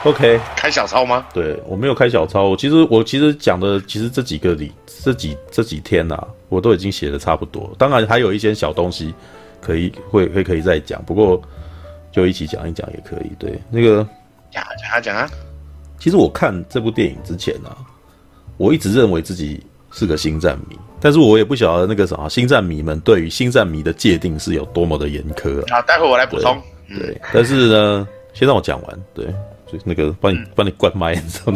OK， 开小抄吗？ 对，我没有开小抄。我其实讲的，其实这几天啊，我都已经写的差不多。当然还有一些小东西可以再讲，不过就一起讲一讲也可以。对，那个讲啊。 其实我看这部电影之前啊，我一直认为自己是个星战迷，但是我也不晓得那个啥星战迷们对于星战迷的界定是有多么的严苛啊。 好，待会我来补充。 对，但是呢，先让我讲完。对。那个帮你关麦，你知道吗？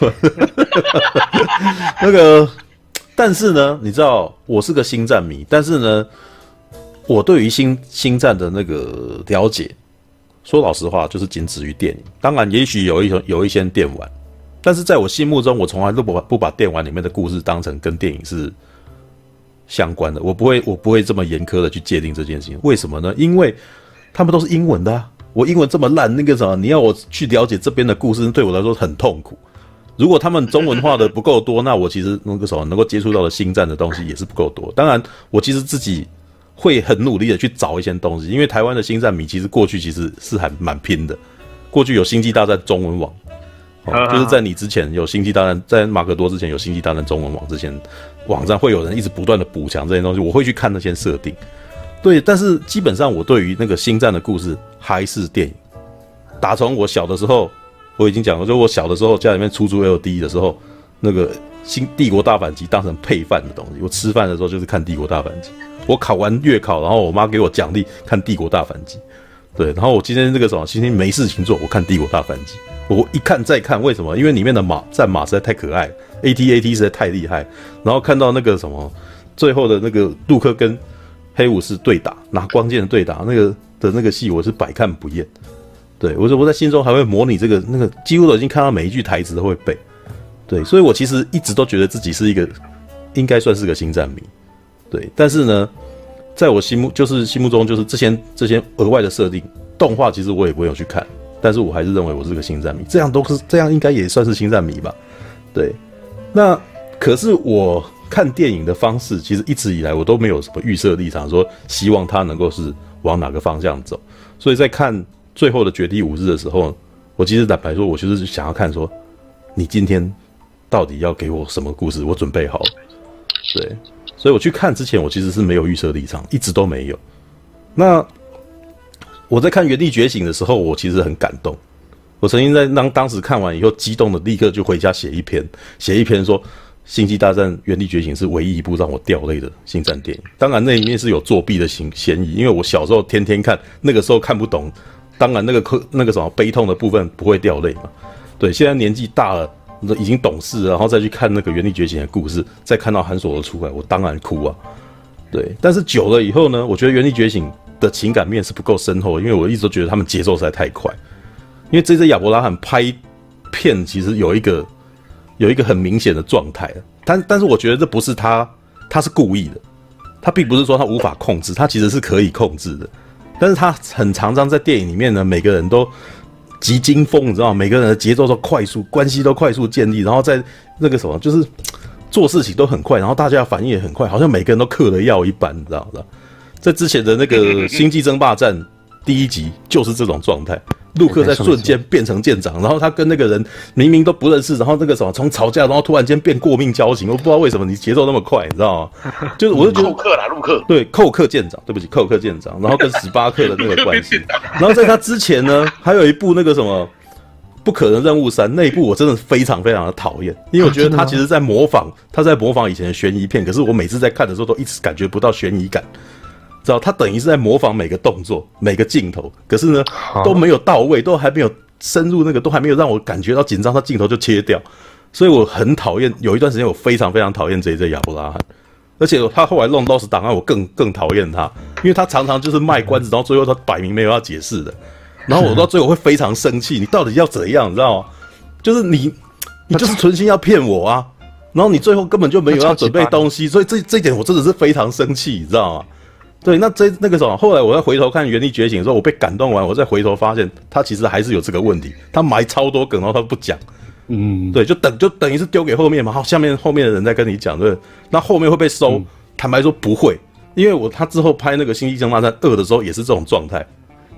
那个，但是呢，你知道我是个星战迷，但是呢，我对于星战的那个了解，说老实话，就是仅止于电影。当然，也许有一些电玩，但是在我心目中，我从来都不把电玩里面的故事当成跟电影是相关的。我不会这么严苛的去界定这件事情。为什么呢？因为他们都是英文的啊。我英文这么烂，那个什么，你要我去了解这边的故事，对我来说很痛苦。如果他们中文化的不够多，那我其实那个什么能够接触到的星战的东西也是不够多。当然，我其实自己会很努力的去找一些东西，因为台湾的星战迷其实过去其实是还蛮拼的。过去有星际大战中文网，就是在你之前有星际大战，在马可多之前有星际大战中文网之前，网站会有人一直不断的补强这些东西，我会去看那些设定。对，但是基本上我对于那个星战的故事还是电影。打从我小的时候，我已经讲了，就我小的时候家里面出租 LD 的时候，那个帝国大反击当成配饭的东西，我吃饭的时候就是看帝国大反击。我考完月考，然后我妈给我奖励看帝国大反击。对，然后我今天这个什么，今天没事情做，我看帝国大反击。我一看再看，为什么？因为里面的战马实在太可爱 ，AT 实在太厉害。然后看到那个什么，最后的那个陆克跟黑武士对打，拿光剑的对打，那个戏我是百看不厌。对，我在心中还会模拟这个那个，几乎都已经看到每一句台词都会背。对，所以我其实一直都觉得自己是一个应该算是个星战迷。对，但是呢，在我心目中就是这些额外的设定，动画其实我也不会有去看，但是我还是认为我是个星战迷，这样应该也算是星战迷吧。对，那可是我看电影的方式，其实一直以来我都没有什么预设立场，说希望它能够是往哪个方向走。所以在看最后的绝地武士的时候，我其实坦白说，我就是想要看说，你今天到底要给我什么故事，我准备好了。对，所以我去看之前，我其实是没有预设立场，一直都没有。那我在看《原地觉醒》的时候，我其实很感动。我曾经在当时看完以后，激动的立刻就回家写一篇说，《星际大战：原地觉醒》是唯一一部让我掉泪的星战电影。当然，那里面是有作弊的嫌疑，因为我小时候天天看，那个时候看不懂。当然，那个什么悲痛的部分不会掉泪嘛。对，现在年纪大了，已经懂事了，然后再去看那个《原地觉醒》的故事，再看到韩索罗出来，我当然哭啊。对，但是久了以后呢，我觉得《原地觉醒》的情感面是不够深厚的，因为我一直都觉得他们节奏实在太快。因为这亚伯拉罕拍片其实有一个很明显的状态，但是我觉得这不是他是故意的，他并不是说他无法控制，他其实是可以控制的，但是他很常在电影里面呢，每个人都急惊风，你知道吗？每个人的节奏都快速，关系都快速建立，然后在那个什么，就是做事情都很快，然后大家反应也很快，好像每个人都嗑了药一般，你知道吗？在之前的那个《星际争霸战》第一集就是这种状态。陆克在瞬间变成舰长，然后他跟那个人明明都不认识，然后那个什么从吵架，然后突然间变过命交情，我不知道为什么你节奏那么快，你知道吗？就是我就觉得寇克啦，陆克对寇克舰长，对不起，寇克舰长，然后跟18克的那个关系，然后在他之前呢，还有一部那个什么不可能任务3那一部，我真的非常非常的讨厌，因为我觉得他其实在模仿，以前的悬疑片，可是我每次在看的时候都一直感觉不到悬疑感。知道他等于是在模仿每个动作、每个镜头，可是呢都没有到位，都还没有深入那个，都还没有让我感觉到紧张，他镜头就切掉，所以我很讨厌。有一段时间我非常非常讨厌这亚伯拉罕，而且他后来弄到是档案，我更讨厌他，因为他常常就是卖关子，然后最后他摆明没有要解释的，然后我到最后会非常生气，你到底要怎样，你知道吗？就是你就是存心要骗我啊，然后你最后根本就没有要准备东西，所以这一点我真的是非常生气，你知道吗？对，那个什么，后来我再回头看《原地觉醒》的时候，我被感动完，我再回头发现他其实还是有这个问题，他埋超多梗，然后他不讲，对，就等于是丢给后面嘛，好，后面的人在跟你讲，对，那后面会被收，坦白说不会，因为他之后拍那个《星际争霸战2》的时候也是这种状态，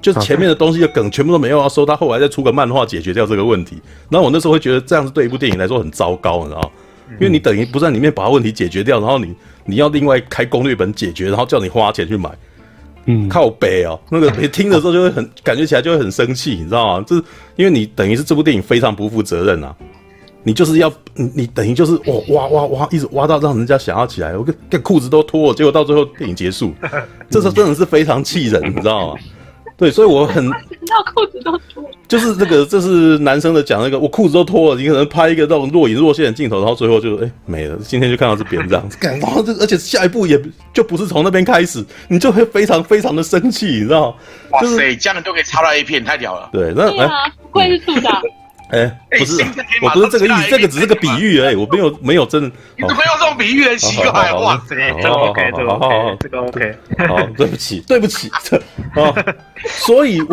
就是前面的东西的梗全部都没有要收，他后来再出个漫画解决掉这个问题。然后我那时候会觉得这样子对一部电影来说很糟糕，你知道吗？因为你等于不在里面把问题解决掉，然后你要另外开攻略本解决，然后叫你花钱去买，靠北哦，那个你听的时候就会感觉起来就会很生气，你知道吗？就是因为你等于是这部电影非常不负责任啊。你就是要你等于就是挖，一直挖到让人家想要起来，我跟裤子都脱了，结果到最后电影结束，这时候真的是非常气人，你知道吗？对，所以我很到裤子都脱， 就是这是男生的讲那个，我裤子都脱了，你可能拍一个那种若隐若现的镜头，然后最后就没了，今天就看到这边这样子，然后而且下一步也就不是从那边开始，你就会非常非常的生气，你知道吗？ 哇塞，这样就可以抄到A片，太屌了。 对，那不愧是处长。 不是，我不是这个意思，这个只是个比喻而已，我没有真的。 你怎么用这种比喻很奇怪？哇塞， 这个 OK， 这个 OK， 这个 OK。 好，对不起，所以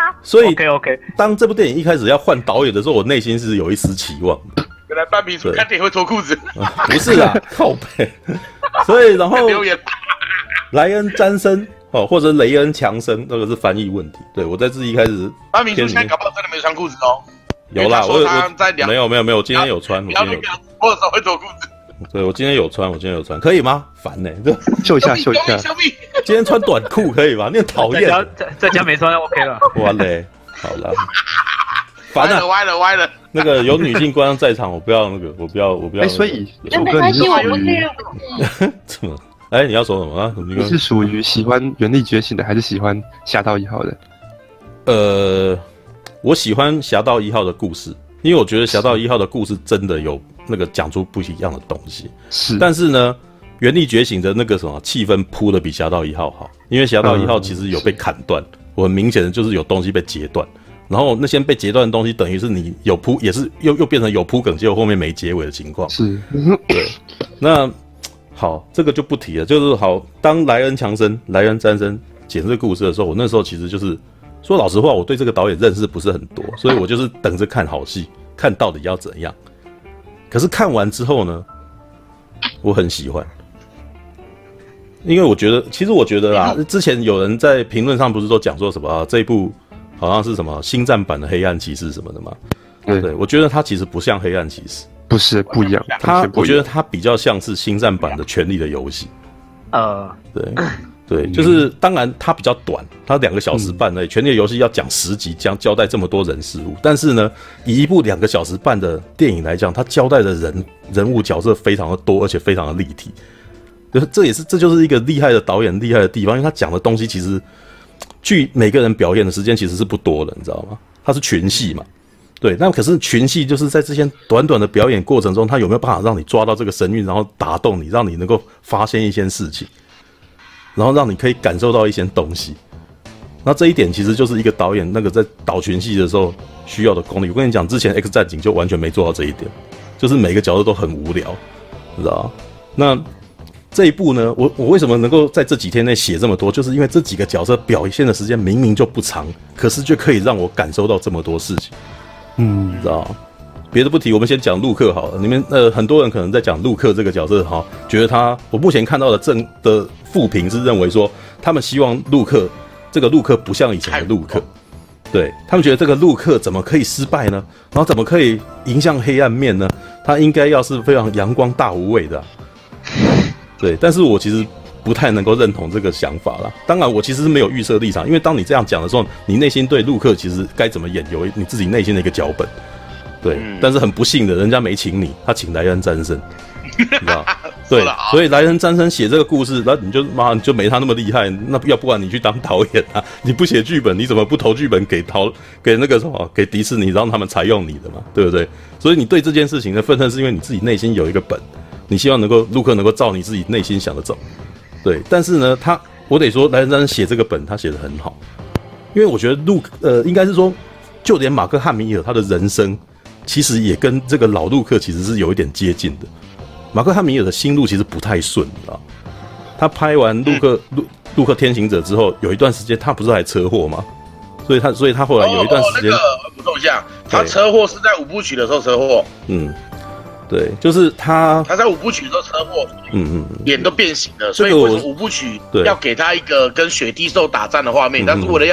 OK， 当这部电影一开始要换导演的时候，我内心是有一丝期望的。 原来半瓶水看电影会脱裤子， 不是啦，靠北。所以然后留言， 莱恩·詹森或者雷恩·强森，那个是翻译问题。对，我在自己一开始， 半瓶水现在搞不好真的没穿裤子哦。 有啦，我在聊， 没有，我今天有穿， 聊那个或者会脱裤子。 对，我今天有穿，可以吗？烦呢， 秀一下。 今天穿短裤可以吗？你很讨厌。 在家没穿 OK 了。 哇嘞，好了，烦了， 歪了。 那个有女性观众在场，我不要。 所以没关系，我不是。 怎么？你要说什么啊？ 你是属于喜欢《原力觉醒》的，还是喜欢《侠盗1号》 的？我喜欢《侠盗1号》的故事，因为我觉得《侠盗1号》的故事真的有那个讲出不一样的东西。 是， 但是呢，《原力觉醒》的那个什么气氛铺的比《侠盗1号》好，因为《侠盗1号》其实有被砍断，我很明显的就是有东西被截断，然后那些被截断的东西，等于是你有铺，也是又变成有铺梗，结果后面没结尾的情况。 是， 对，那好，这个就不提了。就是好，当莱恩·詹森讲这个故事的时候，我那时候其实就是。说老实话，我对这个导演认识不是很多，所以我就是等着看好戏，看到底要怎样。可是看完之后呢，我很喜欢，因为我觉得啦，之前有人在评论上不是都讲说什么这一部好像是什么星战版的黑暗骑士什么的嘛？对，我觉得它其实不像黑暗骑士， 不一样。 我觉得它比较像是星战版的权力的游戏。对，就是当然它比较短，它2个小时半而已。权力的游戏要讲10集，将交代这么多人事物，但是呢，以一部2个小时半的电影来讲，它交代的人物角色非常的多，而且非常的立体。这就是一个厉害的导演厉害的地方，因为他讲的东西其实据每个人表演的时间其实是不多的，你知道吗？它是群戏嘛。对，那可是群戏就是在这些短短的表演过程中，他有没有办法让你抓到这个神韵，然后打动你，让你能够发现一些事情，然后让你可以感受到一些东西。那这一点其实就是一个导演那个在导群戏的时候需要的功力。我跟你讲，之前 X 战警就完全没做到这一点，就是每个角色都很无聊，你知道吗？那这一部呢，我为什么能够在这几天内写这么多，就是因为这几个角色表现的时间明明就不长，可是却可以让我感受到这么多事情。你知道吗？别的不提，我们先讲陆克好了。你们很多人可能在讲陆克这个角色哈，觉得我目前看到的负评是认为说，他们希望陆克不像以前的陆克，对他们觉得这个陆克怎么可以失败呢？然后怎么可以迎向黑暗面呢？他应该要是非常阳光大无畏的对，但是我其实不太能够认同这个想法啦。当然，我其实是没有预设立场，因为当你这样讲的时候，你内心对陆克其实该怎么演有你自己内心的一个脚本。对，但是很不幸的，人家没请你，他请莱恩·詹森，你知道？对，所以莱恩·詹森写这个故事，那你就没他那么厉害。那要不然你去当导演啊？你不写剧本，你怎么不投剧本给那个什么给迪士尼，让他们采用你的嘛？对不对？所以你对这件事情的愤恨，是因为你自己内心有一个本，你希望陆克能够照你自己内心想的走。对，但是呢，我得说，莱恩·詹森写这个本，他写得很好，因为我觉得应该是说，就连马克·汉米尔他的人生。其实也跟这个老陆克其实是有一点接近的。马克·汉米尔的心路其实不太顺，你知道？他拍完陆克天行者之后，有一段时间他不是还车祸吗？所以他后来有一段时间， 补充一下，他车祸是在5部曲的时候车祸。 对，就是他在5部曲的时候车祸，脸都变形了，所以为什么5部曲要给他一个跟雪地兽打战的画面？但是为了要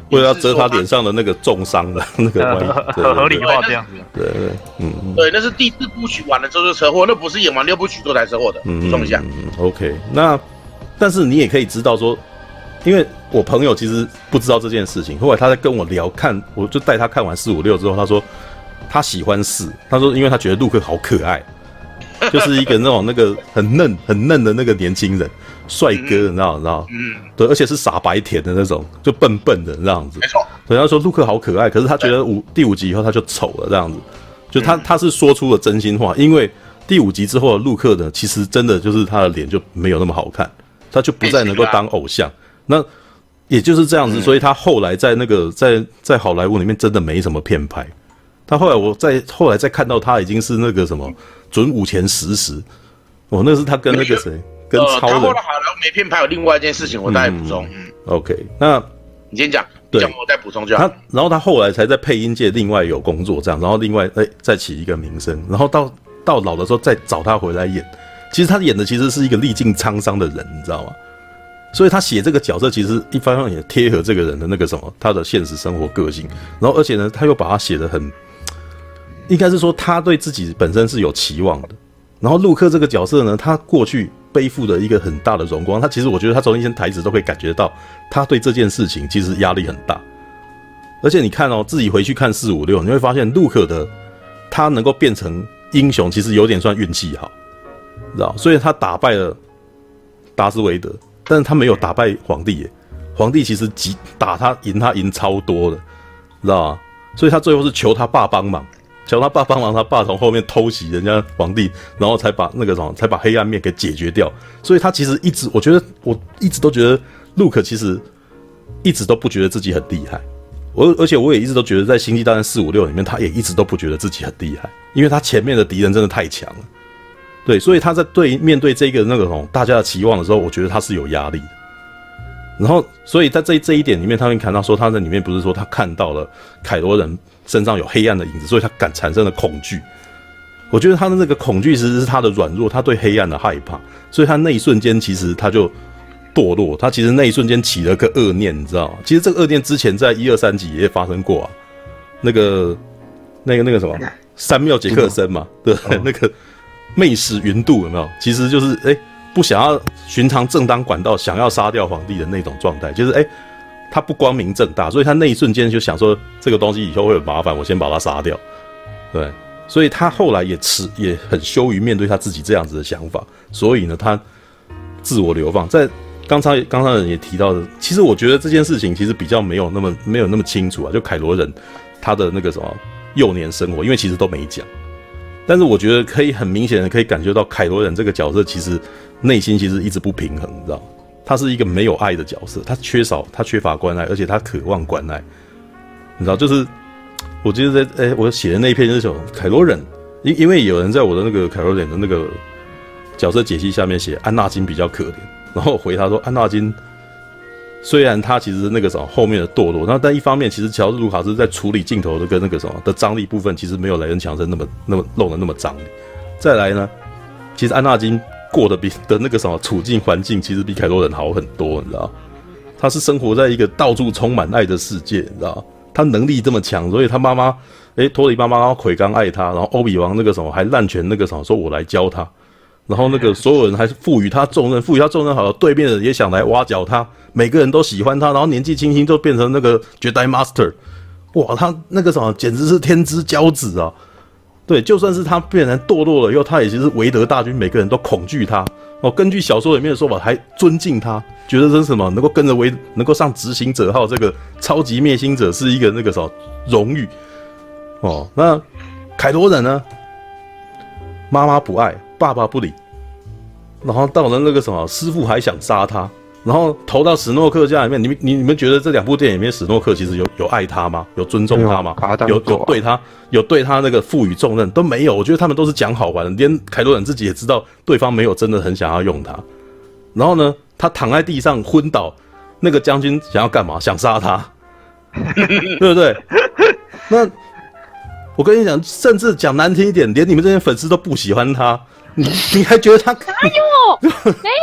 为了要遮他脸上的那个重伤的那个关系， 合理化这样子。 对， 对，那是第4部曲完了之后就车祸，那不是演完6部曲之后才车祸的。补充一下。 OK， 那但是你也可以知道说，因为我朋友其实不知道这件事情，后来他在跟我聊看，我就带他看完4、5、6之后，他说他喜欢4，他说因为他觉得陆克好可爱。就是一个那种那个很嫩的那个年轻人，帅哥，你知道？对，而且是傻白甜的那种，就笨笨的这样子。 没错。 对，他说陆克好可爱，可是他觉得第5集以后他就丑了这样子，就他是说出了真心话，因为第5集之后的陆克呢，其实真的就是他的脸就没有那么好看，他就不再能够当偶像。那也就是这样子，所以他后来在那个在好莱坞里面真的没什么片拍。他后来再看到他已经是那个什么准5前10时，那是他跟那个谁跟超人。 他后来好莱坞没片拍有另外一件事情，我再补充。 OK， 那你先讲， 对， 我再补充就好。 然后他后来才在配音界另外有工作这样，然后另外再起一个名声，然后到老的时候再找他回来演。其实他演的其实是一个历尽沧桑的人，你知道吗？所以他写这个角色，其实一方面也贴合这个人的那个什么他的现实生活个性，然后而且呢，他又把他写得很。应该是说他对自己本身是有期望的，然后陆克这个角色呢，他过去背负的一个很大的荣光，他其实我觉得他从一些台词都可以感觉到，他对这件事情其实压力很大。而且你看自己回去看4、5、6，你会发现陆克的他能够变成英雄，其实有点算运气好，知道？所以他打败了达斯维德，但是他没有打败皇帝耶，皇帝其实打他赢超多的，知道吗？所以他最后是求他爸帮忙。求他爸帮忙，他爸从后面偷袭人家皇帝，然后才把那个什么，才把黑暗面给解决掉。所以他其实我一直都觉得陆克其实一直都不觉得自己很厉害。而且我也一直都觉得在星际大战4、5、6里面，他也一直都不觉得自己很厉害，因为他前面的敌人真的太强了。对，所以他在面对这个那个什么大家的期望的时候，我觉得他是有压力的。然后，所以在这一点里面，他会看到说他在里面不是说他看到了凯罗人身上有黑暗的影子，所以他产生了恐惧。我觉得他的那个恐惧其实是他的软弱，他对黑暗的害怕，所以他那一瞬间其实他就堕落，他其实那一瞬间起了个恶念，你知道吗？其实这个恶念之前在1、2、3集也发生过啊，那个什么山缪杰克森嘛，对，那个魅使云度有没有？其实就是不想要寻常正当管道，想要杀掉皇帝的那种状态，就是他不光明正大，所以他那一瞬间就想说这个东西以后会有麻烦，我先把它杀掉。对，所以他后来也很羞于面对他自己这样子的想法，所以呢，他自我流放。在刚才人也提到的，其实我觉得这件事情其实比较没有那么清楚啊，就凯罗人他的那个什么幼年生活，因为其实都没讲。但是我觉得可以很明显的可以感觉到凯罗人这个角色其实内心其实一直不平衡，你知道吗？他是一个没有爱的角色，他缺乏关爱，而且他渴望关爱，你知道，就是我记得我写的那一篇就是凯罗人，因为有人在我的那个凯罗人的那个角色解析下面写安纳金比较可怜，然后我回他说安纳金虽然他其实那个什么后面的堕落，但一方面其实乔治卢卡斯在处理镜头的跟那个什么的张力部分，其实没有莱恩强森那么弄得那么张力。再来呢，其实安纳金过的比的那个什么处境环境，其实比凯罗人好很多，你知道？他是生活在一个到处充满爱的世界，你知道？他能力这么强，所以他妈妈托里妈妈奎刚爱他，然后欧比王那个什么还滥权那个什么说我来教他。然后那个所有人还赋予他重任好了，对面的人也想来挖角他，每个人都喜欢他，然后年纪轻轻就变成那个绝代 master， 哇，他那个什么简直是天之骄子啊！对，就算是他变成堕落了以后，他也是维德大军，每个人都恐惧他哦。根据小说里面的说法，还尊敬他，觉得这是什么能够跟着能够上执行者号这个超级灭星者是一个那个什么荣誉哦。那凯罗人呢？妈妈不爱，爸爸不理，然后到了那个什么，师傅还想杀他，然后投到史诺克家里面。你们觉得这2部电影里面史诺克其实有爱他吗？有尊重他吗？有对他那个赋予重任都没有。我觉得他们都是讲好玩的，连凯罗人自己也知道对方没有真的很想要用他。然后呢，他躺在地上昏倒，那个将军想要干嘛？想杀他，对不对？那我跟你讲，甚至讲难听一点，连你们这些粉丝都不喜欢他，你还觉得他哪有？没有，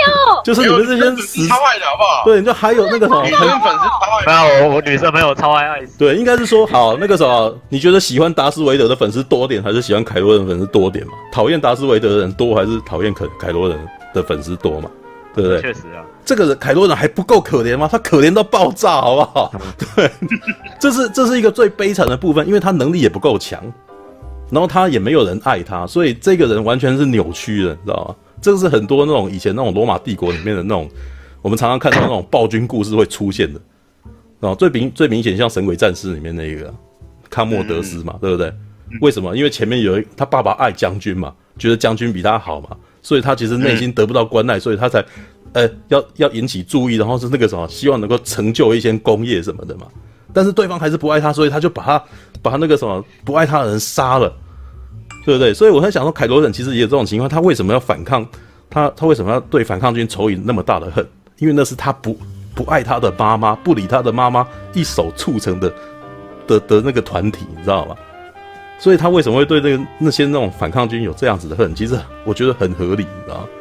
就是你们这些死超爱的好不好？ 对，就还有那个什么， 女生粉丝超爱的。 没有，我女生朋友超爱艾斯。 对，应该是说好那个什么，你觉得喜欢达斯维德的粉丝多点，还是喜欢凯罗人粉丝多点嘛？讨厌达斯维德的人多，还是讨厌凯罗人的粉丝多嘛？对不对？ 确实啊， 这个凯罗人还不够可怜吗？他可怜到爆炸，好不好？对，这是一个最悲惨的部分，因为他能力也不够强，然后他也没有人爱他，所以这个人完全是扭曲的，你知道吗？这个是很多那种以前那种罗马帝国里面的那种，我们常常看到那种暴君故事会出现的。哦，最明显像《神鬼战士》里面那个康莫德斯嘛，对不对？为什么？因为前面有他爸爸爱将军嘛，觉得将军比他好嘛，所以他其实内心得不到关爱，所以他才要引起注意，然后是那个什么，希望能够成就一些功业什么的嘛。但是对方还是不爱他，所以他就把他那个什么不爱他的人杀了，对不对？所以我在想说，凯罗人其实也有这种情况，他为什么要反抗？他为什么要对反抗军仇以那么大的恨？因为那是他不爱他的妈妈，不理他的妈妈一手促成的那个团体，你知道吗？所以他为什么会对那些那种反抗军有这样子的恨？其实我觉得很合理，你知道吗？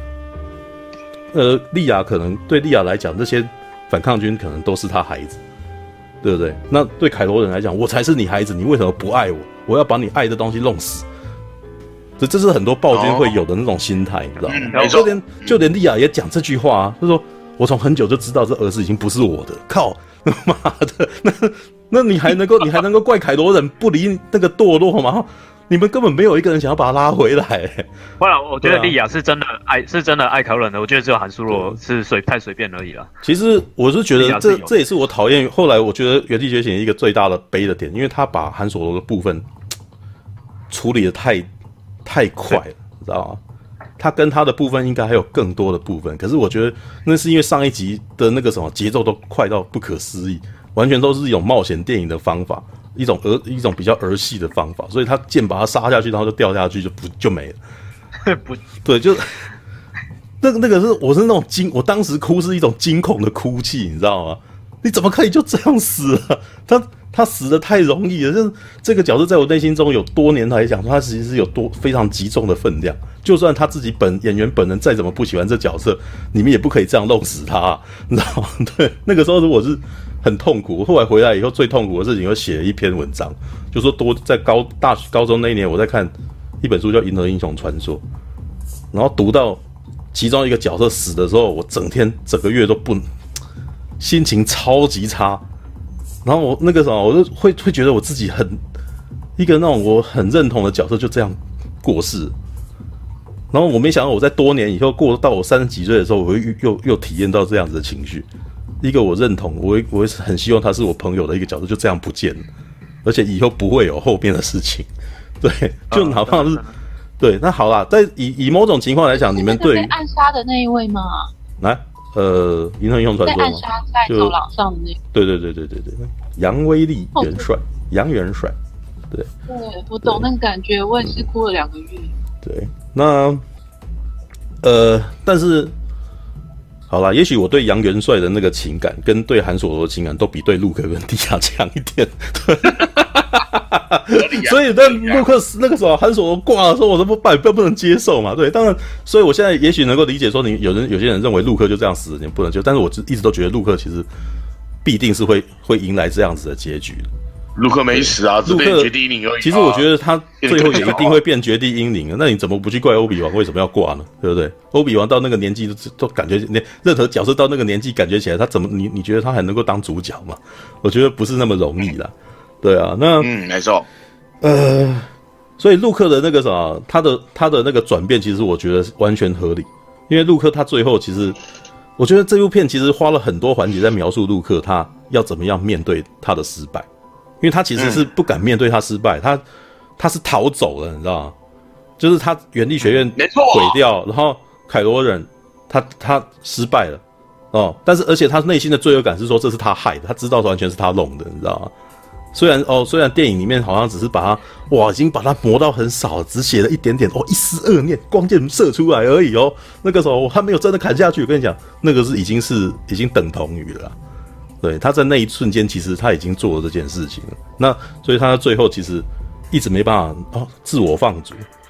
莉亚可能对莉亚来讲，这些反抗军可能都是他孩子，对不对？那对凯罗人来讲，我才是你孩子，你为什么不爱我？我要把你爱的东西弄死。这是很多暴君会有的那种心态，你知道吗？就连莉亚也讲这句话啊，就说我从很久就知道这儿子已经不是我的，靠，妈的，那你还能够怪凯罗人不理那个堕落吗？你们根本没有一个人想要把他拉回来。 后来我觉得莉亚是真的爱凯罗人的，我觉得只有韩苏罗是太随便而已啦。 其实我是觉得这也是我讨厌。后来我觉得《原地觉醒》一个最大的悲的点，因为他把韩索罗的部分处理的太快了，你知道吗？他跟他的部分应该还有更多的部分，可是我觉得那是因为上一集的那个什么节奏都快到不可思议，完全都是一种冒险电影的方法，一种比较儿戏的方法，所以他剑把他杀下去，然后就掉下去就没了。 不对，就那个是我是那种我当时哭是一种惊恐的哭泣，你知道吗？你怎么可以就这样死了？他死得太容易了，就是这个角色在我内心中有多年来讲，他其实是有非常极重的分量。就算他自己演员本人再怎么不喜欢这角色，你们也不可以这样弄死他，你知道吗？对，那个时候我是很痛苦。后来回来以后，最痛苦的事情，我写了一篇文章，就说在高中那一年，我在看一本书叫《银河英雄传说》，然后读到其中一个角色死的时候，我整个月都心情超级差。然后我那个什么，我就会觉得我自己一个那种我很认同的角色就这样过世。然后我没想到我在多年以后过到我30几岁的时候，我会又体验到这样子的情绪。一个我认同，我会很希望他是我朋友的一个角色就这样不见了，而且以后不会有后面的事情。对，就哪怕是对，那好啦，以某种情况来讲，你们对于被暗杀的那一位吗？ 来。银河英雄传说被暗杀在走廊上的那个， 对，杨威利元帅，杨元帅，对， 我懂那个感觉，我也是哭了2个月。对， 那但是好啦，也许我对杨元帅的那个情感跟对韩索罗的情感都比对陆克跟蒂亚强一点，对。所以但陆克那个时候韩索罗挂的时候，我都不能接受嘛。对，当然，所以我现在也许能够理解说，有些人认为陆克就这样死，你不能救。但是我一直都觉得陆克其实必定是会迎来这样子的结局的。 陆克没死啊，只变绝地英灵而已。 其实我觉得他最后也一定会变绝地英灵的。那你怎么不去怪欧比王为什么要挂呢？对不对？欧比王到那个年纪都感觉，任何角色到那个年纪感觉起来，他怎么你觉得他还能够当主角吗？我觉得不是那么容易啦。对啊，那没错。 所以陆克的那个啥，他的那个转变，其实我觉得完全合理。因为陆克他最后其实，我觉得这部片其实花了很多环节在描述陆克他要怎么样面对他的失败，因为他其实是不敢面对他失败，他是逃走了，你知道吗？就是他原力学院毁掉，然后凯罗人他失败了哦，但是而且他内心的罪恶感是说这是他害的，他知道完全是他弄的，你知道吗？虽然电影里面好像只是把他已经把他磨到很少，只写了一点点一丝恶念，光剑射出来而已哦。那个时候他没有真的砍下去，我跟你讲，那个已经等同于了啦。对，他在那一瞬间其实他已经做了这件事情了。那所以他最后其实一直没办法自我放逐，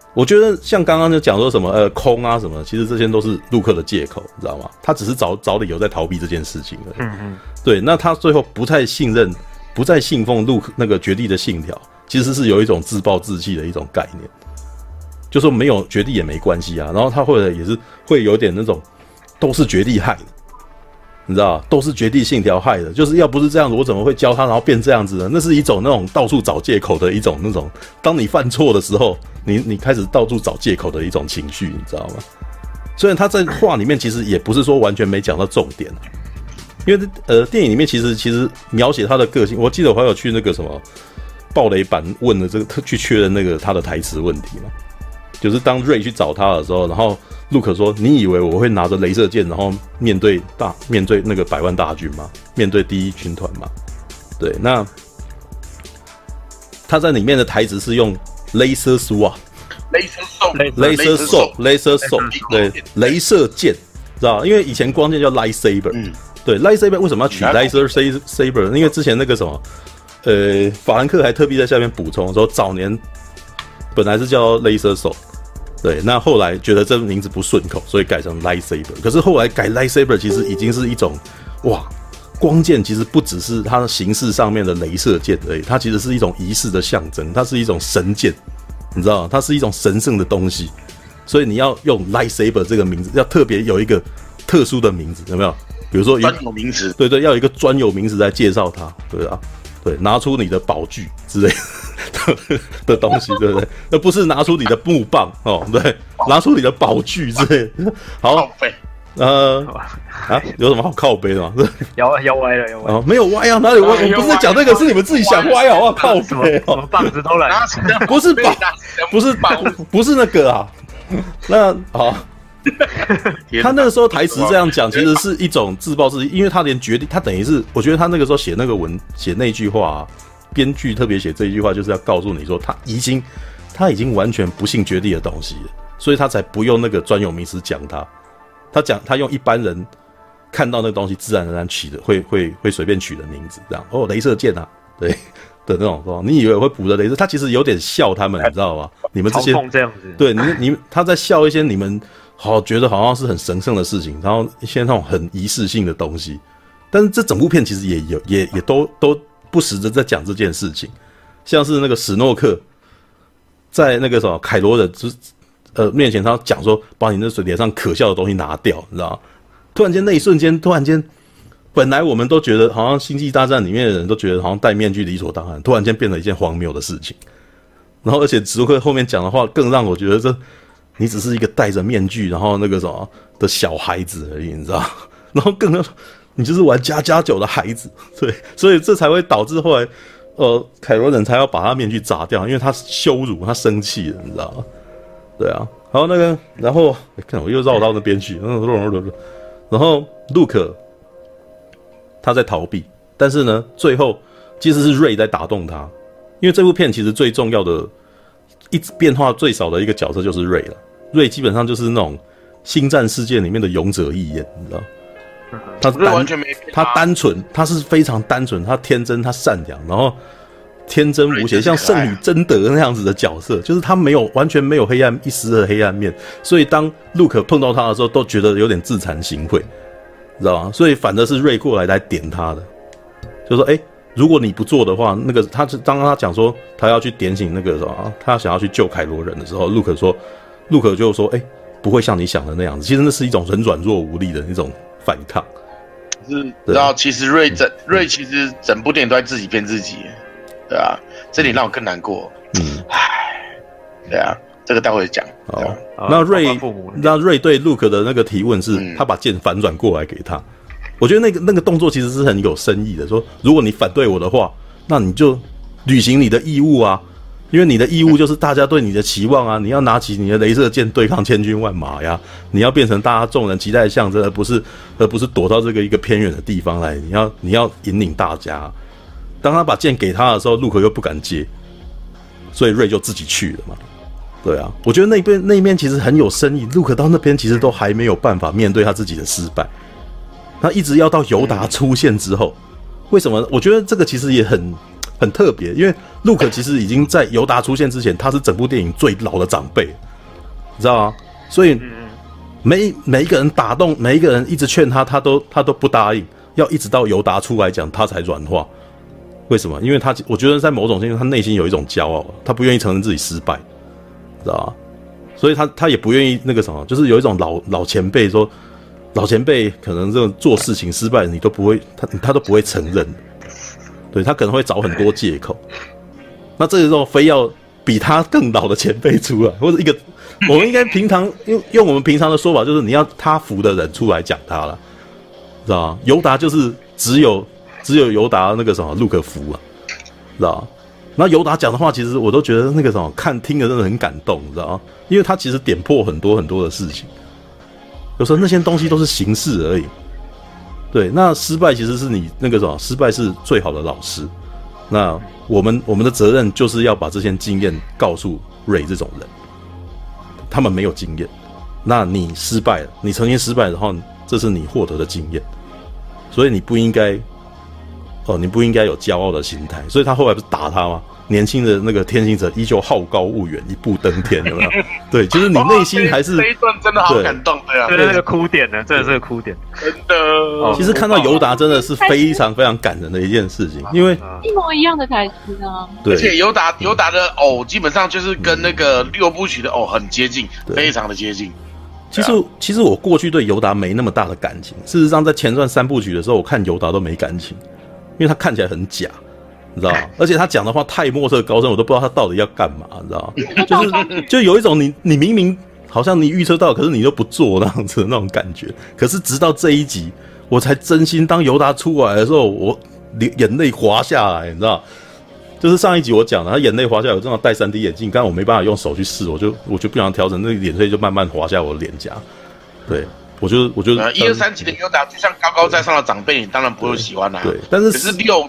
我觉得像刚刚就讲说什么空啊什么，其实这些都是陆克的借口，你知道吗？他只是找理由在逃避这件事情而已。对，那他最后不太信任、不再信奉陆克那个绝地的信条，其实是有一种自暴自弃的一种概念，就说没有绝地也没关系啊。然后他或者也是会有点那种都是绝地害的。你知道，都是绝地信条害的，就是要不是这样子，我怎么会教他，然后变这样子呢？那是一种那种到处找借口的一种那种，当你犯错的时候，你开始到处找借口的一种情绪，你知道吗？虽然他在画里面其实也不是说完全没讲到重点，因为电影里面其实描写他的个性，我记得我还有去那个什么暴雷版问了这个去确认那个他的台词问题嘛，就是当瑞去找他的时候，然后陆可说：“你以为我会拿着雷射箭，然后面对那个100万大军吗？面对第一军团吗？”对，那他在里面的台词是用 laser sword、laser sword， 对，雷射箭，知道？因为以前光剑叫 lightsaber，对 ，lightsaber 为什么要取 laser saber？ 因为之前那个什么，法兰克还特地在下面补充说，早年本来是叫 laser sword。对，那后来觉得这名字不顺口，所以改成 lightsaber。可是后来改 lightsaber 其实已经是一种，哇，光剑其实不只是它的形式上面的雷射箭而已，它其实是一种仪式的象征，它是一种神剑，你知道吗？它是一种神圣的东西，所以你要用 lightsaber 这个名字，要特别有一个特殊的名字，有没有？比如说专有名词， 对，要有一个专有名词来介绍它，对啊。对，拿出你的宝具之类的东西，对不对？那不是拿出你的木棒哦，对，拿出你的宝具之类的。好，有什么好靠背的吗？ 要歪了，要歪了。 没有歪啊，哪里歪？我不是讲那个，是你们自己想歪啊！靠背什么棒子都来， 不是棒，不是那个啊。那好。他那个时候台词这样讲，其实是一种自暴自弃，因为他连绝地，他等于是，我觉得他那个时候写那个写那句话，编剧特别写这一句话，就是要告诉你说，他已经完全不信绝地的东西了，所以他才不用那个专有名词讲他，他用一般人看到那个东西自然而然取的，会随便取的名字，这样雷射箭啊，对的那种，你以为我会补的雷射，他其实有点笑他们，你知道吗？你们这些这样子， 对他在笑一些你们。觉得好像是很神圣的事情，然后一些那种很仪式性的东西，但是这整部片其实也都不时的在讲这件事情，像是那个史诺克在那个什么凯罗的面前，他讲说把你那脸上可笑的东西拿掉，你知道吗？突然间那一瞬间，本来我们都觉得好像星际大战里面的人都觉得好像戴面具理所当然，突然间变成一件荒谬的事情，然后而且史诺克后面讲的话更让我觉得你只是一个戴着面具，然后那个什么的小孩子而已，你知道？然后你就是玩++9的孩子，对，所以这才会导致后来，凯罗人才要把他面具砸掉，因为他羞辱，他生气了，你知道吗？对啊，然后看我又绕到那边去，然后陆可他在逃避，但是呢，最后其实是瑞在打动他，因为这部片其实最重要的。变化最少的一个角色就是瑞了，瑞基本上就是那种星战世界里面的勇者义彦，你知道？他单纯，他是非常单纯，他天真，他善良，然后天真无邪，像圣女贞德那样子的角色，就是他完全没有一丝的黑暗面，所以当陆可碰到他的时候，都觉得有点自惭形秽，知道吗？所以反而是瑞过来点他的，就说如果你不做的话，那个当他讲说他要去点醒那个什么，他想要去救凯罗人的时候，陆可就说，不会像你想的那样子，其实那是一种很软弱无力的那种反抗。 然后其实瑞其实整部电影都在自己骗自己，对啊，这点让我更难过。对啊，这个待会讲。好， 那瑞对陆可的那个提问是，他把剑反转过来给他。我觉得那个动作其实是很有深意的，说如果你反对我的话，那你就履行你的义务啊，因为你的义务就是大家对你的期望啊，你要拿起你的雷射箭对抗千军万马呀，你要变成大家众人期待的象征，而不是躲到这个一个偏远的地方来，你要引领大家。当他把剑给他的时候，陆可又不敢接，所以瑞就自己去了嘛。对啊，我觉得那一面其实很有深意，陆可到那边其实都还没有办法面对他自己的失败。他一直要到尤达出现之后，为什么？我觉得这个其实也很很特别，因为路克其实已经在尤达出现之前，他是整部电影最老的长辈，你知道吗？所以每一个人打动，每一个人一直劝他，他都不答应，要一直到尤达出来讲，他才软化。为什么？因为我觉得在某种程度，他内心有一种骄傲，他不愿意承认自己失败，知道吗？所以他也不愿意那个什么，就是有一种老前辈说，老前辈可能这种做事情失败，你都不会，他都不会承认，对，他可能会找很多借口。那这个时候非要比他更老的前辈出来，或者一个我们应该平常用我们平常的说法，就是你要他服的人出来讲他了，知道吗？尤达就是只有尤达那个什么路克服啊，知道吗？然后尤达讲的话，其实我都觉得那个什么听的真的很感动，你知道吗？因为他其实点破很多很多的事情，有时候那些东西都是形式而已。对，那失败其实是你那个什么，失败是最好的老师。那我们的责任就是要把这些经验告诉Ray这种人，他们没有经验，那你失败了，你曾经失败，然后这是你获得的经验，所以你不应该有骄傲的心态。所以他后来不是打他吗？年轻的那个天行者依旧好高骛远，一步登天，有没有？对，就是你内心还是这一段真的好感动，对啊， 对那个哭点呢，真的是个哭点， 真的。 其实看到尤达真的是非常非常感人的一件事情，因为一模一样的台词啊。 对， 而且尤达的偶基本上就是跟那个6部曲的偶很接近，非常的接近。 其实我过去对尤达没那么大的感情，事实上在前传3部曲的时候，我看尤达都没感情，因为他看起来很假。你知道吗？而且他讲的话太莫测高深，我都不知道他到底要干嘛，你知道吗？就有一种你明明好像你预测到，可是你又不做那样子的那种感觉。可是直到这一集，我才真心当尤达出来的时候，我眼泪滑下来，你知道？就是上一集我讲的，他眼泪滑下来，我正好戴 3D 眼镜，刚才我没办法用手去试，我就不想调整，那个眼泪就慢慢滑下我的脸颊。对。我就1、2、3集的尤达就像高高在上的长辈，你当然不会喜欢啦。对，但是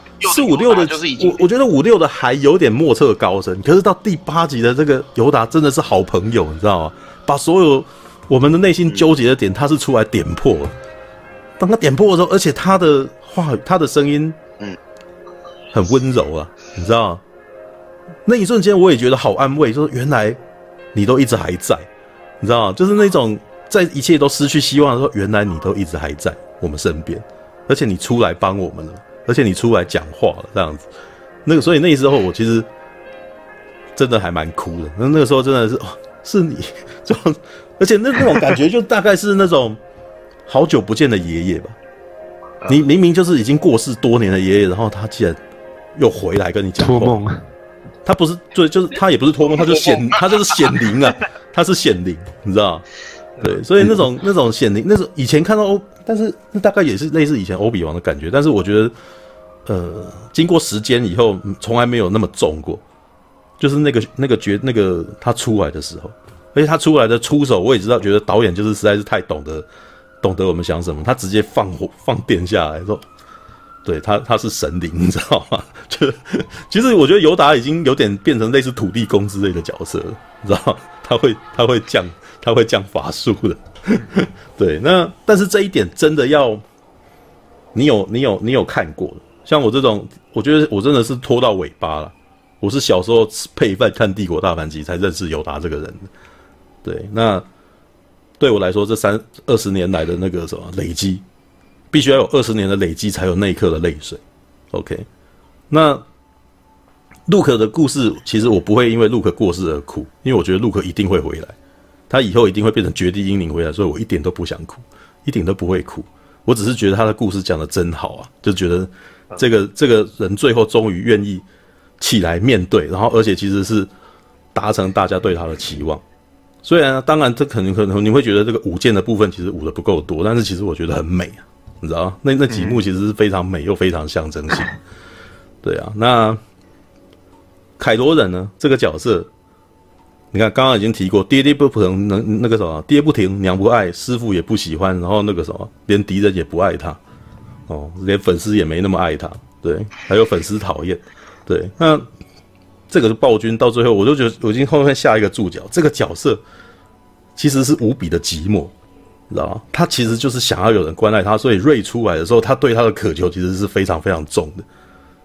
4、5、6的就是已经，我觉得5、6的还有点莫测高深，可是到第8集的这个尤达真的是好朋友，你知道吗？把所有我们的内心纠结的点，他是出来点破了。当他点破的时候，而且他的话语、他的声音，很温柔啊，你知道吗？那一瞬间我也觉得好安慰，就是原来你都一直还在，你知道吗？就是那种。在一切都失去希望的时候，原来你都一直还在我们身边，而且你出来帮我们了，而且你出来讲话了，这样子。所以那时候我其实真的还蛮哭的。那个时候真的是，是你，就而且那种感觉就大概是那种好久不见的爷爷吧。你明明就是已经过世多年的爷爷，然后他竟然又回来跟你讲话。 托梦。 他不是，对，就是他也不是托梦，他就是显灵啊，他是显灵，你知道吗？对，所以那种显灵，那种以前看到但是那大概也是类似以前欧比王的感觉，但是我觉得，经过时间以后，从来没有那么重过，就是那个他出来的时候，而且他出来的出手，我也知道，觉得导演就是实在是太懂得我们想什么，他直接放电下来说，对他是神灵，你知道吗？就其实我觉得尤达已经有点变成类似土地公之类的角色了，你知道吗？他会降法术的，对。那但是这一点真的要你有看过的，像我这种，我觉得我真的是拖到尾巴了。我是小时候配饭看《帝国大反击》才认识尤达这个人的，对。那对我来说，这20年来的那个什么累积，必须要有20年的累积，才有那一刻的泪水。OK， 那路克的故事，其实我不会因为路克过世而哭，因为我觉得路克一定会回来。他以后一定会变成绝地英灵回来，所以我一点都不想哭，一点都不会哭。我只是觉得他的故事讲得真好啊，就觉得这个人最后终于愿意起来面对，然后而且其实是达成大家对他的期望。虽然当然这可能你会觉得这个舞剑的部分其实舞得不够多，但是其实我觉得很美啊，你知道吗？那几幕其实是非常美又非常象征性。对啊，那凯罗人呢？这个角色。你看，刚刚已经提过，爹不疼，那个什么，爹不疼，娘不爱，师父也不喜欢，然后那个什么，连敌人也不爱他，连粉丝也没那么爱他，对，还有粉丝讨厌，对，那这个是暴君，到最后我就觉得我已经后面下一个注脚，这个角色其实是无比的寂寞，你知道吗？他其实就是想要有人关爱他，所以瑞出来的时候，他对他的渴求其实是非常非常重的，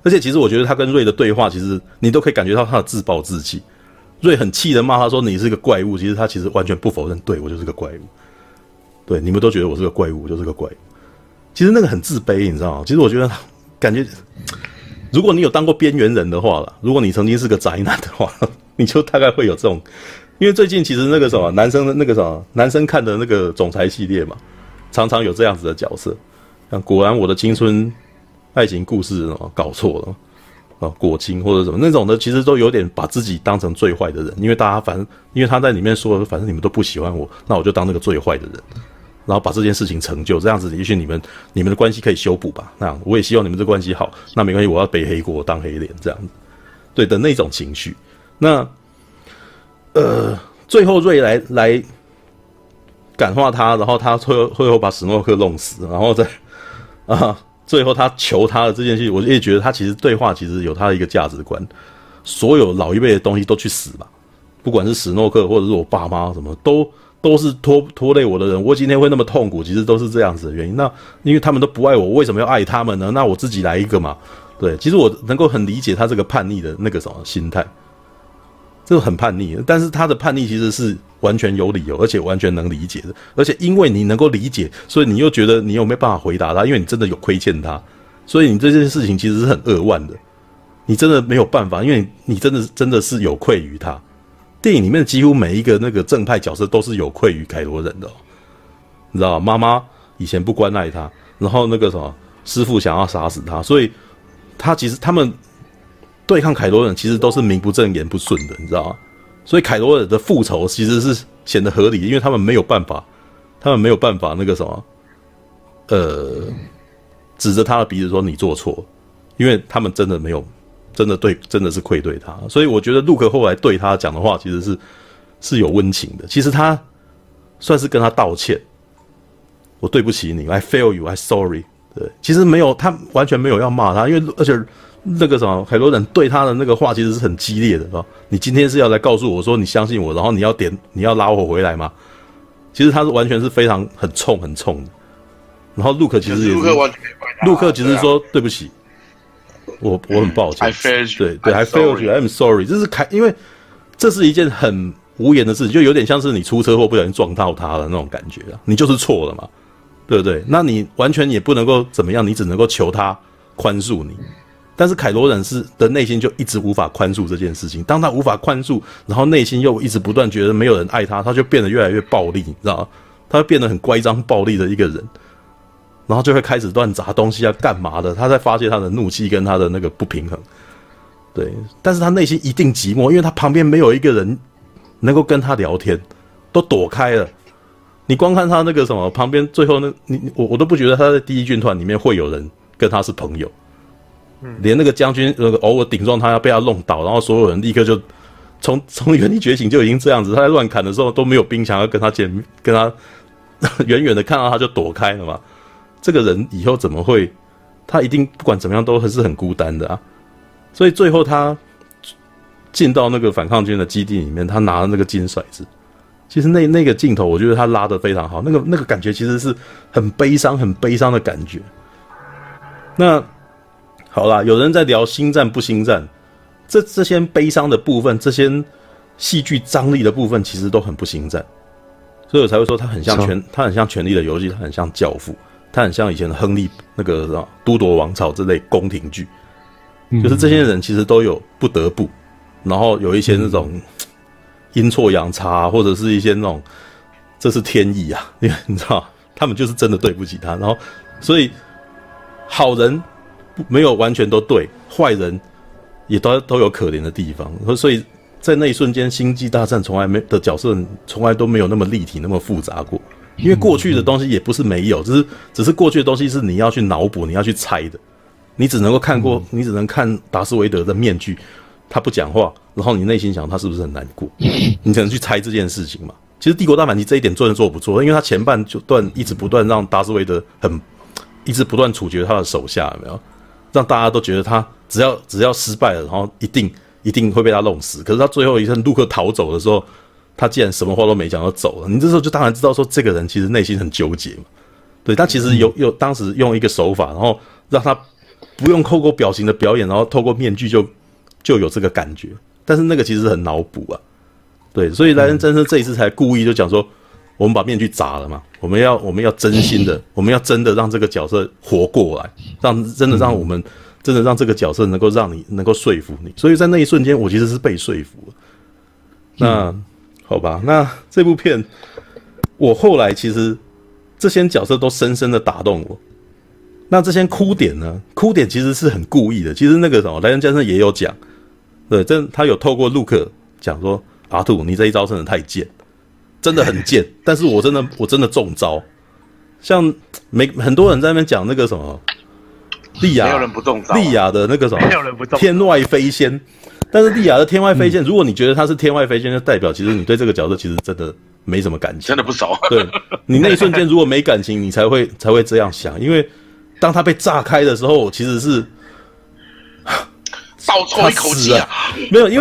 而且其实我觉得他跟瑞的对话，其实你都可以感觉到他的自暴自弃。瑞很气的骂他说你是个怪物，其实他其实完全不否认，对我就是个怪物。对，你们都觉得我是个怪物，我就是个怪物。其实那个很自卑，你知道吗？其实我觉得感觉，如果你有当过边缘人的话啦，如果你曾经是个宅男的话，你就大概会有这种。因为最近其实那个什么男生的那个什么男生看的那个总裁系列嘛，常常有这样子的角色。像果然我的青春爱情故事搞错了果青或者什么那种的，其实都有点把自己当成最坏的人，因为大家反正因为他在里面说反正你们都不喜欢我，那我就当那个最坏的人，然后把这件事情成就，这样子也许你们的关系可以修补吧，那样我也希望你们这关系好，那没关系，我要背黑锅当黑脸这样子，对的那种情绪。那最后瑞来感化他，然后他最后把史诺克弄死，然后再最后他求他的这件事，我也觉得他其实对话其实有他的一个价值观，所有老一辈的东西都去死吧，不管是史诺克或者是我爸妈什么，都是拖累我的人，我今天会那么痛苦，其实都是这样子的原因。那因为他们都不爱我，为什么要爱他们呢？那我自己来一个嘛。对，其实我能够很理解他这个叛逆的那个什么心态，这个很叛逆，但是他的叛逆其实是完全有理由，而且完全能理解的。而且因为你能够理解，所以你又觉得你有没有办法回答他？因为你真的有亏欠他，所以你这件事情其实是很扼腕的。你真的没有办法，因为你真的是有愧于他。电影里面几乎每一个那个正派角色都是有愧于凯罗人的你知道吗？妈妈以前不关爱他，然后那个什么师父想要杀死他，所以其实他们对抗凯罗人其实都是名不正言不顺的，你知道吗？所以凯罗人的复仇其实是显得合理，因为他们没有办法那个什么，指着他的鼻子说你做错，因为他们真的没有，真的是愧对他。所以我觉得路克后来对他讲的话其实是有温情的，其实他算是跟他道歉，我对不起你 ，I fail you, I sorry。对，其实没有，他完全没有要骂他，因为而且那个什么凯罗人对他的那个话其实是很激烈的，是吧？你今天是要来告诉我说你相信我，然后你要拉我回来吗？其实他是完全是非常很冲的。然后陆克其实也是，陆克其实说对不起，我很抱歉 ，I failed you， 对 ，I failed you，I'm sorry， 这是因为这是一件很无言的事情，就有点像是你出车祸不小心撞到他的那种感觉啊，你就是错了嘛。对不对？那你完全也不能够怎么样，你只能够求他宽恕你。但是凯罗人的内心就一直无法宽恕这件事情。当他无法宽恕，然后内心又一直不断觉得没有人爱他，他就变得越来越暴力，你知道吗？他会变得很乖张暴力的一个人，然后就会开始乱砸东西啊，干嘛的？他在发泄他的怒气跟他的那个不平衡。对，但是他内心一定寂寞，因为他旁边没有一个人能够跟他聊天，都躲开了。你光看他那个什么旁边，最后我都不觉得他在第一军团里面会有人跟他是朋友，连那个将军偶尔顶撞他要被他弄倒，然后所有人立刻就从原地觉醒就已经这样子，他在乱砍的时候都没有兵想要跟他远远的看到他就躲开了嘛。这个人以后怎么会？他一定不管怎么样都还是很孤单的啊。所以最后他进到那个反抗军的基地里面，他拿了那个金骰子。其实那个镜头，我觉得他拉得非常好，那个感觉其实是很悲伤的感觉。那好啦，有人在聊星战不星战，这些悲伤的部分，这些戏剧张力的部分，其实都很不星战，所以我才会说他很像权力的游戏，他很像教父，他很像以前的亨利那个都铎王朝这类宫廷剧，就是这些人其实都有不得不，然后有一些那种。阴错阳差，或者是一些那种，这是天意啊！因为你知道，他们就是真的对不起他，然后，所以好人没有完全都对，坏人也都有可怜的地方。所以在那一瞬间，星际大战的角色从来都没有那么立体、那么复杂过。因为过去的东西也不是没有，只是过去的东西是你要去脑补、你要去猜的。你只能够看过，你只能看达斯维德的面具。他不讲话，然后你内心想他是不是很难过，你只能去猜这件事情嘛。其实帝国大反击这一点做得不错，因为他前半段一直不断让达斯维德一直不断处决他的手下，有没有？让大家都觉得他只要失败了，然后一定会被他弄死。可是他最后一阵陆克逃走的时候，他竟然什么话都没讲就走了。你这时候就当然知道说这个人其实内心很纠结嘛。对，他其实有当时用一个手法，然后让他不用透过表情的表演，然后透过面具就有这个感觉。但是那个其实很脑补啊，对，所以莱恩·詹森这一次才故意就讲说，我们把面具砸了嘛，我们要真心的，我们要真的让这个角色活过来，真的让我们真的让这个角色能够让你能够说服你。所以在那一瞬间，我其实是被说服了。那好吧，那这部片我后来其实这些角色都深深的打动我。那这些哭点呢？哭点其实是很故意的。其实那个什么莱恩·詹森也有讲。对，他有透过陆克讲说，阿兔，你这一招真的太贱，真的很贱。但是我真的中招。像很多人在那边讲那个什么莉亚， 没有人不中招。 莉亚的那个什么， 没有人不中招天外飞仙。但是莉亚的天外飞仙，如果你觉得他是天外飞仙，就代表其实你对这个角色其实真的没什么感情， 真的不熟。 对，你那一瞬间如果没感情，你才会这样想，因为当他被炸开的时候，其实是。 倒抽一口气啊！ 没有，因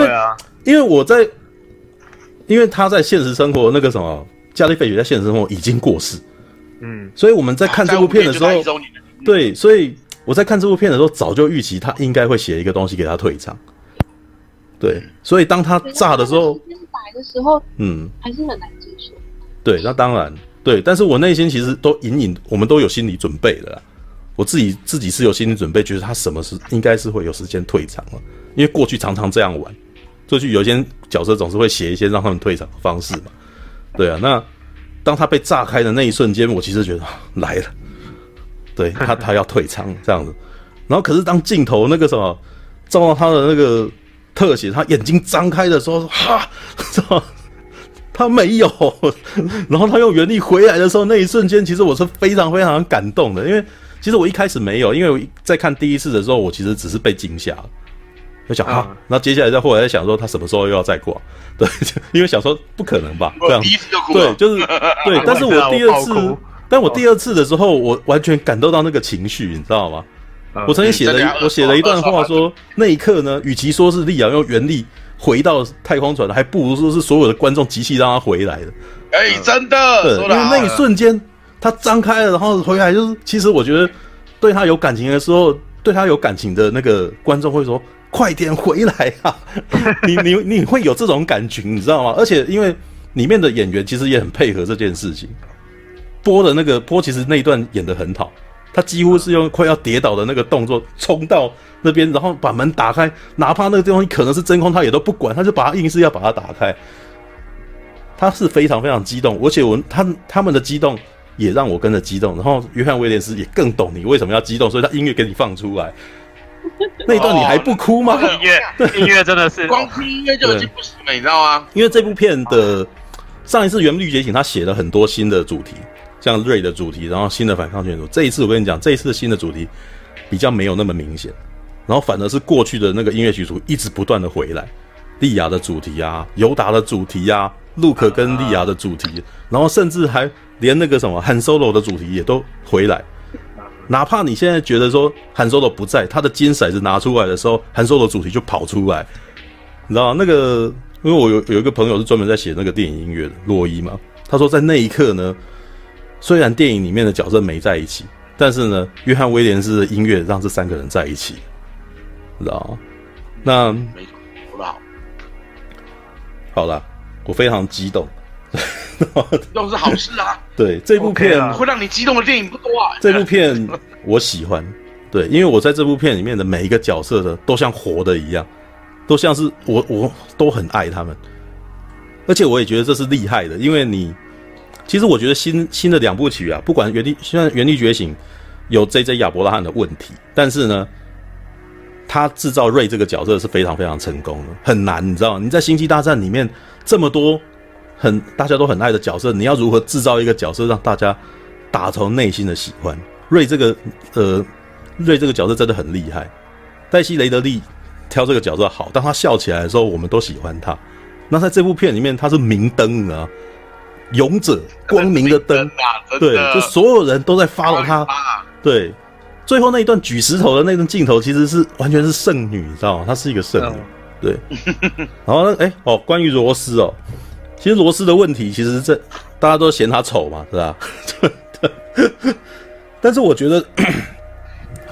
为他在现实生活那个什么，加利费雪在现实生活已经过世，所以我们在看这部片的时候，对，所以我在看这部片的时候，早就预期他应该会写一个东西给他退场，对，所以当他炸的时候， 打的时候，还是很难接受。 对，那当然，对，但是我内心其实都我们都有心理准备的啦。我自己是有心理准备，觉得他什么时应该是会有时间退场了，因为过去常常这样玩，过去有一些角色总是会写一些让他们退场的方式嘛，对啊。那当他被炸开的那一瞬间，我其实觉得来了，对他要退场这样子。然后可是当镜头那个什么照到他的那个特写，他眼睛张开的时候，哈，他没有，然后他用原力回来的时候，那一瞬间其实我是非常非常感动的，因为。其实我一开始没有，因为我在看第一次的时候，我其实只是被惊吓了，就想然后接下来后来在想说他什么时候又要再挂，对，因为想说不可能吧，这样，对，就是对，但是我第二次的时候，我完全感受到那个情绪，你知道吗？我曾经写了一段话说，那一刻呢，与其说是莉亚用原力回到太空船的，还不如说是所有的观众集气让他回来的。 真的， 对，因为那一瞬间。他张开了，然后回来，就是其实我觉得对他有感情的时候，对他有感情的那个观众会说：“快点回来啊！”你会有这种感觉，你知道吗？而且因为里面的演员其实也很配合这件事情。波其实那一段演得很好，他几乎是用快要跌倒的那个动作冲到那边，然后把门打开，哪怕那个东西可能是真空，他也都不管，他就把它硬是要把它打开。他是非常非常激动，而且他们的激动。也让我跟着激动，然后约翰威廉斯也更懂你为什么要激动，所以他音乐给你放出来。那一段你还不哭吗？ 音乐真的是光听音乐就已经不行了，你知道吗？ 因为这部片的上一次《原力觉醒》，他写了很多新的主题，像瑞的主题，然后新的反抗权主。这一次我跟你讲，这一次的新的主题比较没有那么明显，然后反而是过去的那个音乐曲组一直不断的回来，莉亚的主题啊，尤达的主题啊，路可跟莉亚的主题，然后甚至还。连那个什么Han Solo 的主题也都回来，哪怕你现在觉得说Han Solo 不在，他的金骰子拿出来的时候Han Solo 主题就跑出来，你知道吗？那个，因为我有一个朋友是专门在写那个电影音乐的洛伊嘛，他说在那一刻呢，虽然电影里面的角色没在一起，但是呢，约翰威廉斯的音乐让这三个人在一起，知道吗？那没错， 好啦，我非常激动。 都是好事啊！ 对，这部片会让你激动的电影不多啊。 这部片我喜欢，对，因为我在这部片里面的每一个角色的都像活的一样，都像是我都很爱他们，而且我也觉得这是厉害的，因为其实我觉得新的两部曲啊，不管现在《原力觉醒》有 J.J. 亚伯拉罕的问题，但是呢，他制造瑞这个角色是非常非常成功的，很难，你知道吗？你在《星际大战》里面这么多。大家都很爱的角色，你要如何制造一个角色让大家打从内心的喜欢？瑞这个角色真的很厉害，黛西·雷德利挑这个角色好，当他笑起来的时候，我们都喜欢他。那在这部片里面，他是明灯啊，勇者，光明的灯，对，就所有人都在 follow 他。对，最后那一段举石头的那段镜头，其实是完全是圣女，你知道吗？她是一个圣女，对。然后呢，关于罗斯哦。其实罗斯的问题，其实大家都嫌他丑嘛，是吧？但是我觉得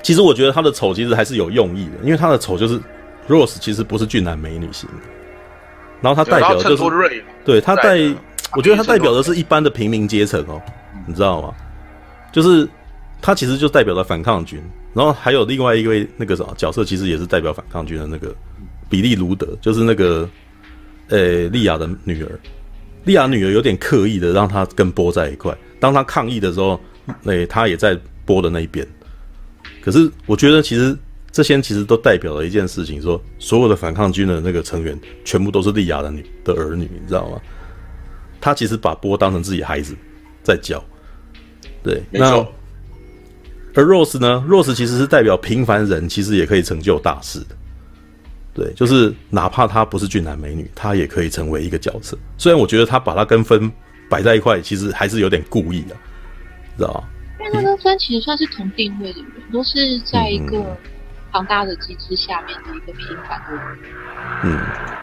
其实我觉得他的丑其实还是有用意的，因为他的丑就是 Rose 其实不是俊男美女型的，然后他代表的就是对他我觉得他代表的是一般的平民阶层哦，你知道吗？就是他其实就代表了反抗军，然后还有另外一位那个什么角色，其实也是代表反抗军的那个比利卢德，就是那个莉亚的女儿。莉亚女儿有点刻意的让他跟波在一块，当他抗议的时候，他也在波的那一边。可是我觉得其实这些其实都代表了一件事情，说所有的反抗军的那个成员全部都是莉亚的儿女，你知道吗？他其实把波当成自己孩子在教，对， 没错。 而 Rose 呢 ？Rose 其实是代表平凡人，其实也可以成就大事的。对，就是哪怕她不是俊男美女，她也可以成为一个角色。虽然我觉得她把她跟芬摆在一块，其实还是有点故意的，知道吗？ 因为他跟芬其实算是同定位的人，都是在一个庞大的机制下面的一个平凡的人。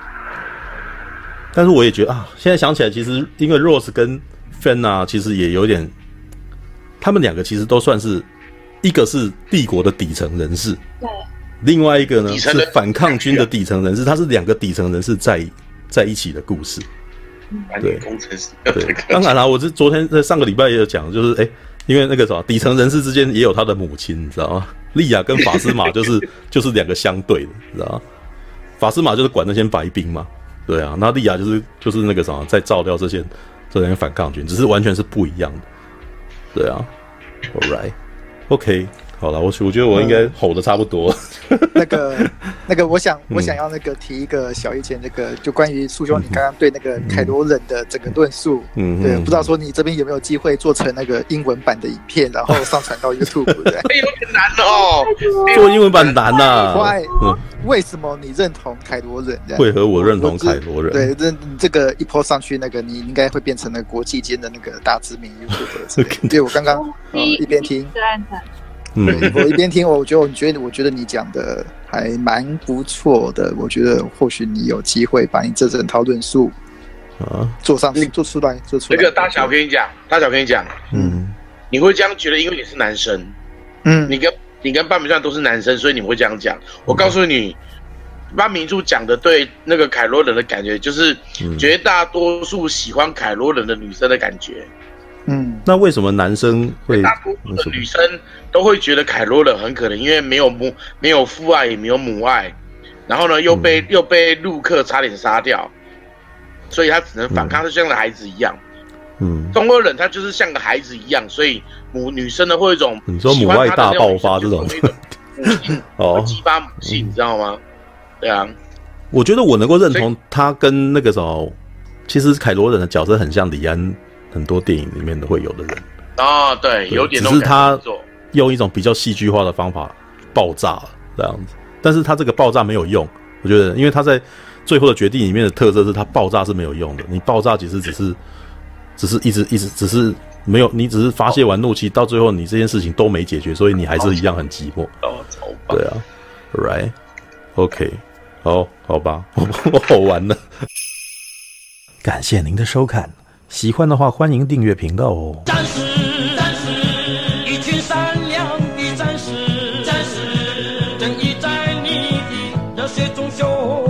但是我也觉得啊，现在想起来，其实因为 Rose 跟 Fen 啊，其实也有点，他们两个其实都算是一个是帝国的底层人士， 对， 另外一个呢是反抗军的底层人士，他是两个底层人士在一起的故事。对， 工程师。 对，当然啦，我是昨天在上个礼拜也有讲，就是因为那个什么底层人士之间也有他的母亲，你知道吗？莉亚跟法斯玛就是两个相对的，你知道吗？法斯玛就是管那些白兵嘛，对啊，那莉亚就是那个什么在照料这些反抗军，只是完全是不一样的，对啊 ，All right， OK。好了，我觉得我应该吼的差不多。 那个，我想要那个提一个小意见，那个就关于苏兄你刚刚对那个凯罗人的整个论述，对，不知道说你这边有没有机会做成那个英文版的影片，然后上传到 YouTube， 对？ 有点难哦， 做英文版难呐。 为什么你认同凯罗人？ 为何我认同凯罗人？ 对，这个一波上去，那个你应该会变成那个国际间的那个大知名 YouTuber。对，我刚刚一边听。我一边听，我觉得你讲的还蛮不错的。我觉得或许你有机会把你这整套论述做出来。 那个大小跟你讲，你会这样觉得，因为你是男生，你跟半明传都是男生，所以你会这样讲。我告诉你，半明珠讲的对那个凯罗人的感觉，就是绝大多数喜欢凯罗人的女生的感觉。 那为什么男生会？ 大多数的女生都会觉得凯罗人很可怜，因为没有父爱，也没有母爱，然后呢又被陆克差点杀掉，所以他只能反抗，就像个孩子一样。中国人他就是像个孩子一样，所以女生呢会有一种你说母爱大爆发这种母性激发母性，你知道吗？对啊， 我觉得我能够认同他跟那个什么，其实凯罗人的角色很像李安。很多电影里面都会有的人对，有点只是他用一种比较戏剧化的方法爆炸了这样子，但是他这个爆炸没有用，我觉得，因为他在最后的决定里面的特色是他爆炸是没有用的，你爆炸其实只是一直只是没有，你只是发泄完怒气，到最后你这件事情都没解决，所以你还是一样很寂寞。对啊 ，right， OK， 好吧，我吼完了，感谢您的收看。喜欢的话，欢迎订阅频道哦。 战士，一群善良的战士，正义在你的热血中修。